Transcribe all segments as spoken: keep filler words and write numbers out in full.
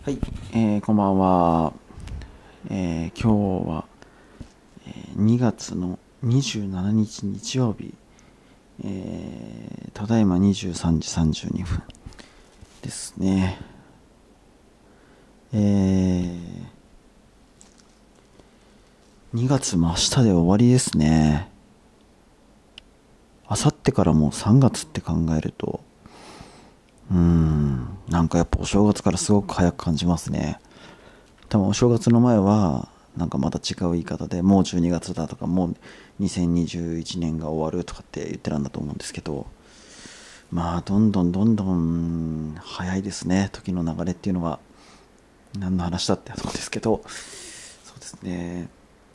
はい、えー、こんばんは。えー、今日は、えー、にがつのにじゅうしちにち日曜日、えー、ただいまにじゅうさんじさんじゅうにふんですね。えー、にがつも明日で終わりですね。あさってからもうさんがつって考えると、うーん、なんかやっぱお正月からすごく早く感じますね。多分お正月の前はなんかまた違う言い方でもうじゅうにがつだとかもうにせんにじゅういちねんが終わるとかって言ってたんだと思うんですけど、まあどんどんどんどん早いですね、時の流れっていうのは。何の話だってとこですけど、そうですね。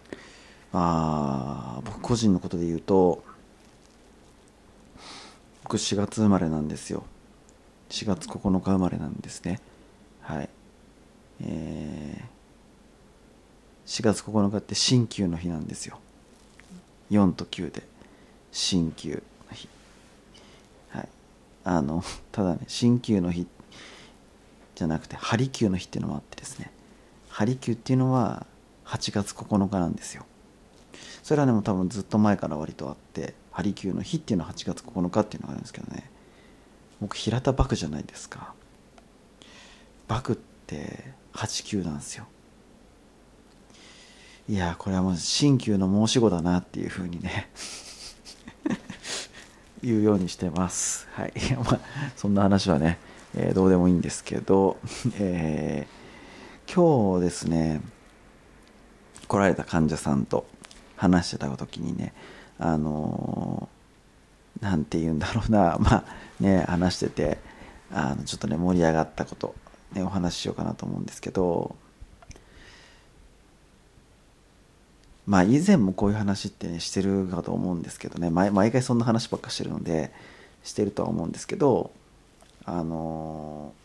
まあ僕個人のことで言うと、僕しがつ生まれなんですよ。しがつここのか生まれなんですね。はい。えー、しがつここのかって新旧の日なんですよ。よんときゅうで新旧の日。はい。あのただね、新旧の日じゃなくてハリキューの日っていうのもあってですね、ハリキューっていうのははちがつここのかなんですよ。それはねもう多分ずっと前から割とあって、ハリキューの日っていうのははちがつここのかっていうのがあるんですけどね、僕平田幕じゃないですか。幕ってはちきゅうなんですよ。いやこれはもう新旧の申し子だなっていうふうにね言うようにしてます。はい。まあそんな話はね、えーどうでもいいんですけど、えー今日ですね、来られた患者さんと話してた時にね、あのーなんて言うんだろうな、まあね、話してて、あのちょっとね盛り上がったこと、ね、お話ししようかなと思うんですけど、まあ以前もこういう話ってねしてるかと思うんですけどね、毎毎回そんな話ばっかしてるのでしてるとは思うんですけど、あの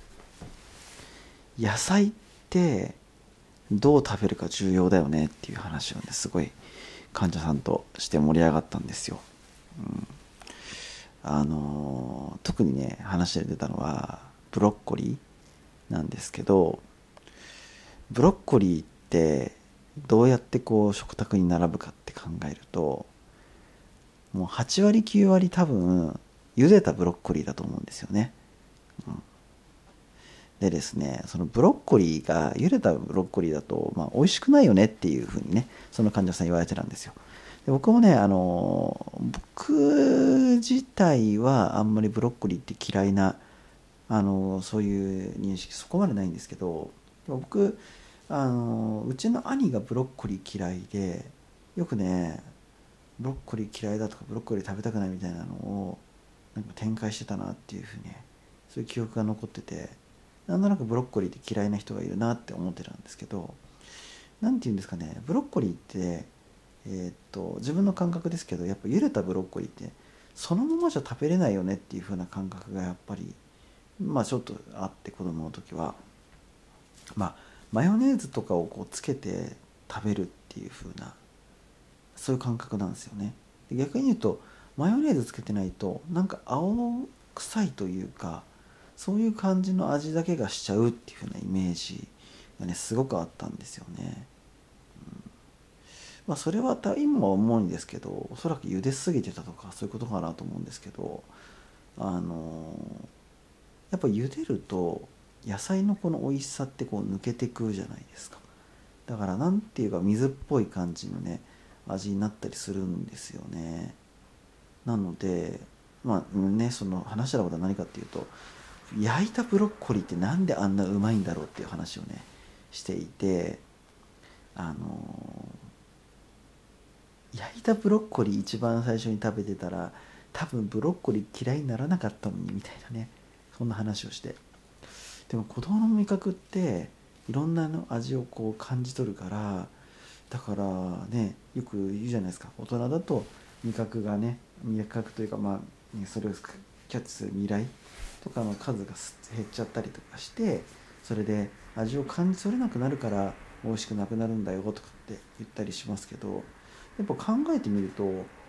ー野菜ってどう食べるか重要だよねっていう話をねすごい患者さんとして盛り上がったんですよ。あのー特にね話で出たのはブロッコリーなんですけど、ブロッコリーってどうやってこう食卓に並ぶかって考えると、もうはちわりきゅうわり多分茹でたブロッコリーだと思うんですよね。でですね、そのブロッコリーが茹でたブロッコリーだと、まあ、美味しくないよねっていうふうにねその患者さん言われてたんですよ。で僕もね、あの僕自体はあんまりブロッコリーって嫌いな、あのそういう認識そこまでないんですけど、僕、あのうちの兄がブロッコリー嫌いで、よくねブロッコリー嫌いだとかブロッコリー食べたくないみたいなのをなんか展開してたなっていうふうにね、そういう記憶が残ってて、なんとなくブロッコリーって嫌いな人がいるなって思ってたんですけど、なんて言うんですかね、ブロッコリーってえーっと自分の感覚ですけど、やっぱ茹でたブロッコリーってそのままじゃ食べれないよねっていう風な感覚がやっぱりまあちょっとあって、子供の時はまあマヨネーズとかをこうつけて食べるっていう風な、そういう感覚なんですよね。で逆に言うとマヨネーズつけてないとなんか青臭いというか、そういう感じの味だけがしちゃうっていう風なイメージがねすごくあったんですよね。まあそれは今は思うんですけど、おそらく茹ですぎてたとかそういうことかなと思うんですけど、あのやっぱ茹でると野菜のこの美味しさってこう抜けてくじゃないですか。だからなんていうか水っぽい感じのね味になったりするんですよね。なのでまあね、その話したことは何かっていうと、焼いたブロッコリーってなんであんなうまいんだろうっていう話をねしていて、あの焼いたブロッコリー一番最初に食べてたら多分ブロッコリー嫌いにならなかったのにみたいなね、そんな話をして、でも子供の味覚っていろんなの味をこう感じ取るから、だからねよく言うじゃないですか、大人だと味覚がね味覚というかまあねそれをキャッチする未来とかの数が減っちゃったりとかして、それで味を感じ取れなくなるから美味しくなくなるんだよとかって言ったりしますけど、やっぱ考えてみると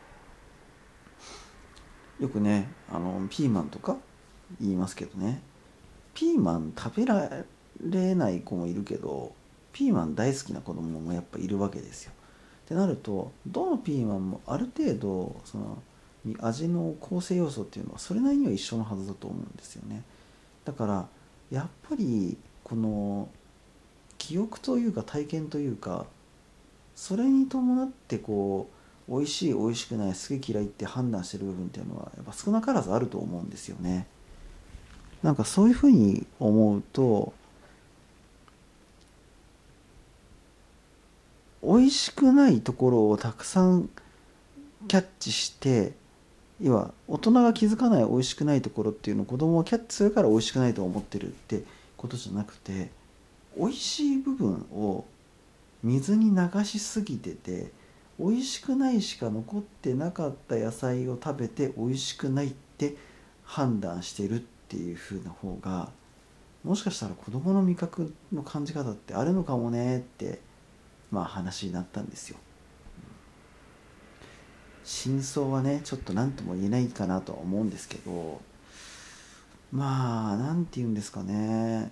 よくねあのピーマンとか言いますけどね、ピーマン食べられない子もいるけど、ピーマン大好きな子供もやっぱいるわけですよ。ってなると、どのピーマンもある程度その味の構成要素っていうのはそれなりには一緒のはずだと思うんですよね。だからやっぱりこの記憶というか体験というか、それに伴ってこう美味しい美味しくない好き嫌いって判断してる部分っていうのはやっぱ少なからずあると思うんですよね。なんかそういうふうに思うと、美味しくないところをたくさんキャッチして、要は大人が気づかない美味しくないところっていうのを子供はキャッチするから美味しくないと思ってるってことじゃなくて、美味しい部分を水に流しすぎてて美味しくないしか残ってなかった野菜を食べて美味しくないって判断してるっていう風な方が、もしかしたら子供の味覚の感じ方ってあるのかもねって、まあ話になったんですよ。真相はねちょっと何とも言えないかなとは思うんですけど、まあなんて言うんですかね、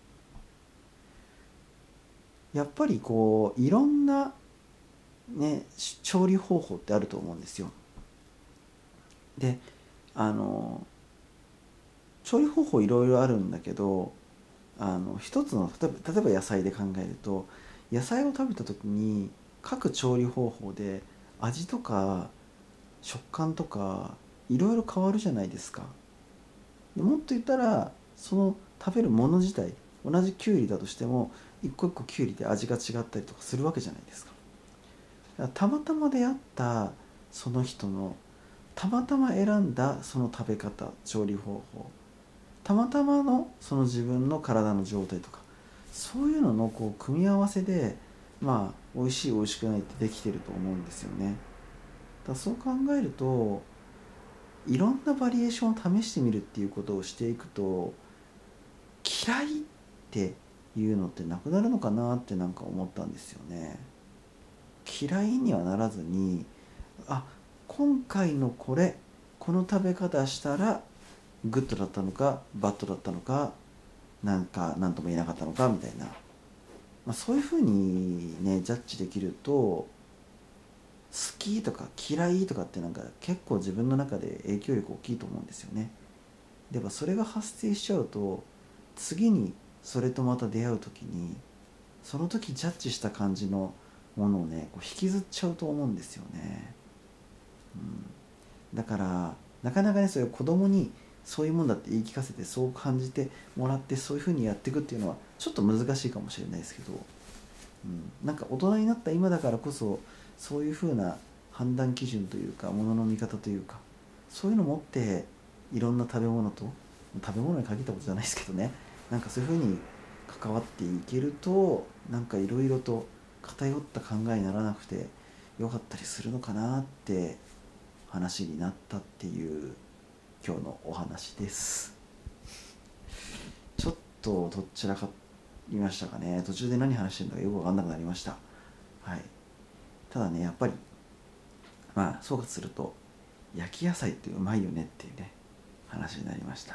やっぱりこういろんなね調理方法ってあると思うんですよ。で、あの調理方法いろいろあるんだけど、あの一つの例えば例えば野菜で考えると、野菜を食べた時に各調理方法で味とか食感とかいろいろ変わるじゃないですか。でもっと言ったらその食べるもの自体、同じきゅうりだとしても一個一個きゅうりで味が違ったりとかするわけじゃないですか。だからたまたま出会ったその人のたまたま選んだその食べ方、調理方法、たまたまのその自分の体の状態とか、そういうののこう組み合わせで、まあ美味しい美味しくないってできてると思うんですよね。だからそう考えると、いろんなバリエーションを試してみるっていうことをしていくと、嫌いっていうのってなくなるのかなってなんか思ったんですよね。嫌いにはならずに、あ、今回のこれこの食べ方したらグッドだったのかバッドだったのか、なんか何とも言えなかったのかみたいな、まあ、そういうふうにねジャッジできると、好きとか嫌いとかってなんか結構自分の中で影響力大きいと思うんですよね。でもそれが発生しちゃうと、次にそれとまた出会う時にその時ジャッジした感じのものをねこう引きずっちゃうと思うんですよね。うん、だからなかなかねそういう子供にそういうもんだって言い聞かせてそう感じてもらってそういうふうにやっていくっていうのはちょっと難しいかもしれないですけど、うん、なんか大人になった今だからこそそういうふうな判断基準というかものの見方というか、そういうのを持っていろんな食べ物と、食べ物に限ったことじゃないですけどね、なんかそういうふうに関わっていけると、なんかいろいろと偏った考えにならなくてよかったりするのかなって話になったっていう今日のお話です。ちょっとどちらかりましたかね。途中で何話してるのかよく分かんなくなりました。はい。ただねやっぱりまあ総括すると、焼き野菜ってうまいよねっていうね話になりました。はい。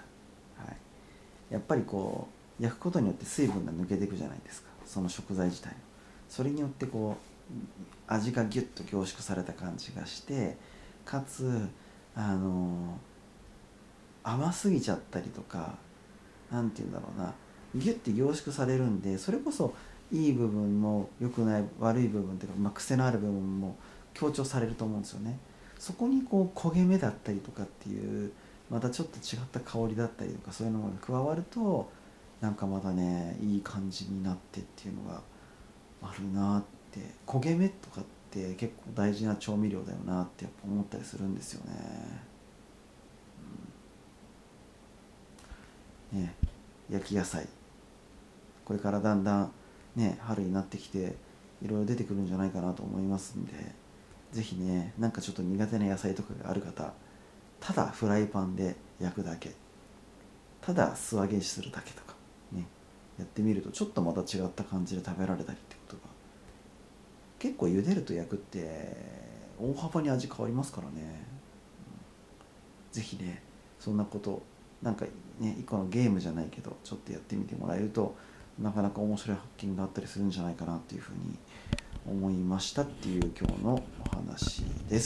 やっぱりこう焼くことによって水分が抜けていくじゃないですか、その食材自体の。それによってこう味がギュッと凝縮された感じがして、かつあの甘すぎちゃったりとか、なんて言うんだろうな、ギュッて凝縮されるんで、それこそいい部分も良くない悪い部分っていうか、まあ、癖のある部分も強調されると思うんですよね。そこにこう焦げ目だったりとかっていうまたちょっと違った香りだったりとか、そういうのが加わるとなんかまたねいい感じになってっていうのがあるなって。焦げ目とかって結構大事な調味料だよなってやっぱ思ったりするんですよね。ね、焼き野菜これからだんだんね春になってきていろいろ出てくるんじゃないかなと思いますんで、ぜひねなんかちょっと苦手な野菜とかがある方、ただフライパンで焼くだけ、ただ素揚げするだけとかねやってみるとちょっとまた違った感じで食べられたりってことが、結構茹でると焼くって大幅に味変わりますからね。ぜひねそんなことなんかね一個のゲームじゃないけどちょっとやってみてもらえるとなかなか面白い発見があったりするんじゃないかなっていうふうに思いましたっていう今日のお話です。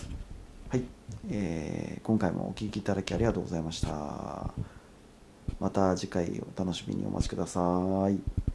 はい、えー今回もお聞きいただきありがとうございました。また次回お楽しみにお待ちください。